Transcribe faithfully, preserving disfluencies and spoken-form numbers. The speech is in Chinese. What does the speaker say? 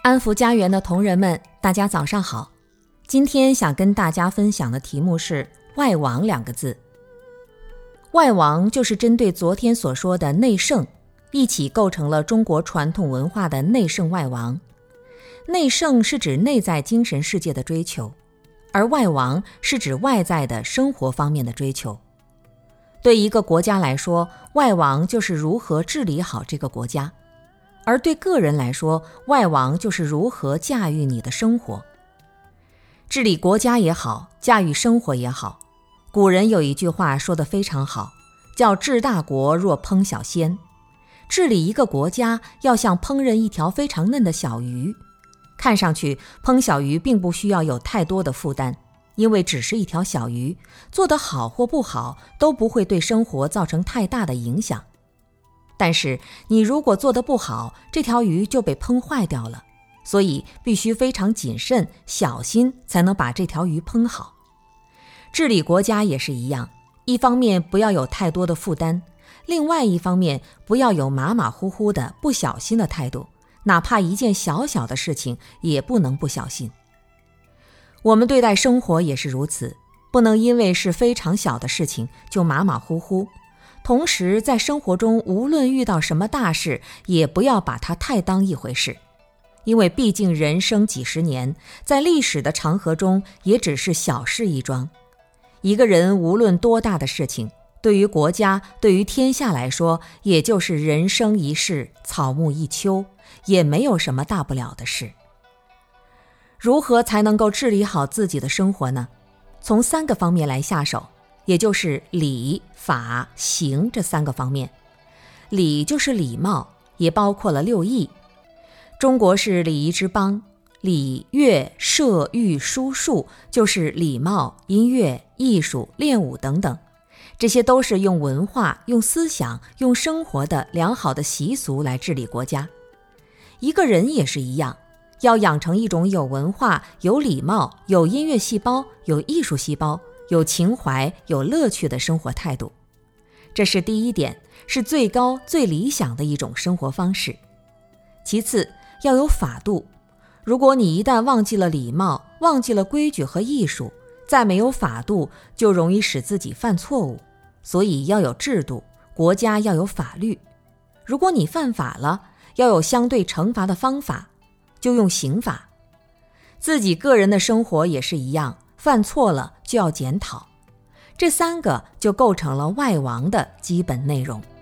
安福家园的同仁们，大家早上好。今天想跟大家分享的题目是外王两个字。外王就是针对昨天所说的内圣，一起构成了中国传统文化的内圣外王。内圣是指内在精神世界的追求，而外王是指外在的生活方面的追求。对一个国家来说，外王就是如何治理好这个国家，而对个人来说，外王就是如何驾驭你的生活。治理国家也好，驾驭生活也好，古人有一句话说得非常好，叫治大国若烹小鲜。治理一个国家要像烹饪一条非常嫩的小鱼，看上去烹小鱼并不需要有太多的负担，因为只是一条小鱼，做得好或不好都不会对生活造成太大的影响。但是你如果做得不好，这条鱼就被烹坏掉了，所以必须非常谨慎小心，才能把这条鱼烹好。治理国家也是一样，一方面不要有太多的负担，另外一方面不要有马马虎虎的不小心的态度，哪怕一件小小的事情也不能不小心。我们对待生活也是如此，不能因为是非常小的事情就马马虎虎。同时在生活中无论遇到什么大事，也不要把它太当一回事，因为毕竟人生几十年，在历史的长河中也只是小事一桩。一个人无论多大的事情，对于国家，对于天下来说，也就是人生一世，草木一秋，也没有什么大不了的事。如何才能够治理好自己的生活呢？从三个方面来下手，也就是礼、法、行这三个方面。礼就是礼貌，也包括了六艺。中国是礼仪之邦，礼、乐、射、御、书、数就是礼貌、音乐、艺术、练武等等，这些都是用文化、用思想、用生活的良好的习俗来治理国家。一个人也是一样，要养成一种有文化、有礼貌、有音乐细胞、有艺术细胞、有情怀、有乐趣的生活态度。这是第一点，是最高最理想的一种生活方式。其次，要有法度。如果你一旦忘记了礼貌，忘记了规矩和艺术，再没有法度，就容易使自己犯错误。所以要有制度，国家要有法律。如果你犯法了，要有相对惩罚的方法，就用刑法。自己个人的生活也是一样，犯错了就要检讨。这三个就构成了外王的基本内容。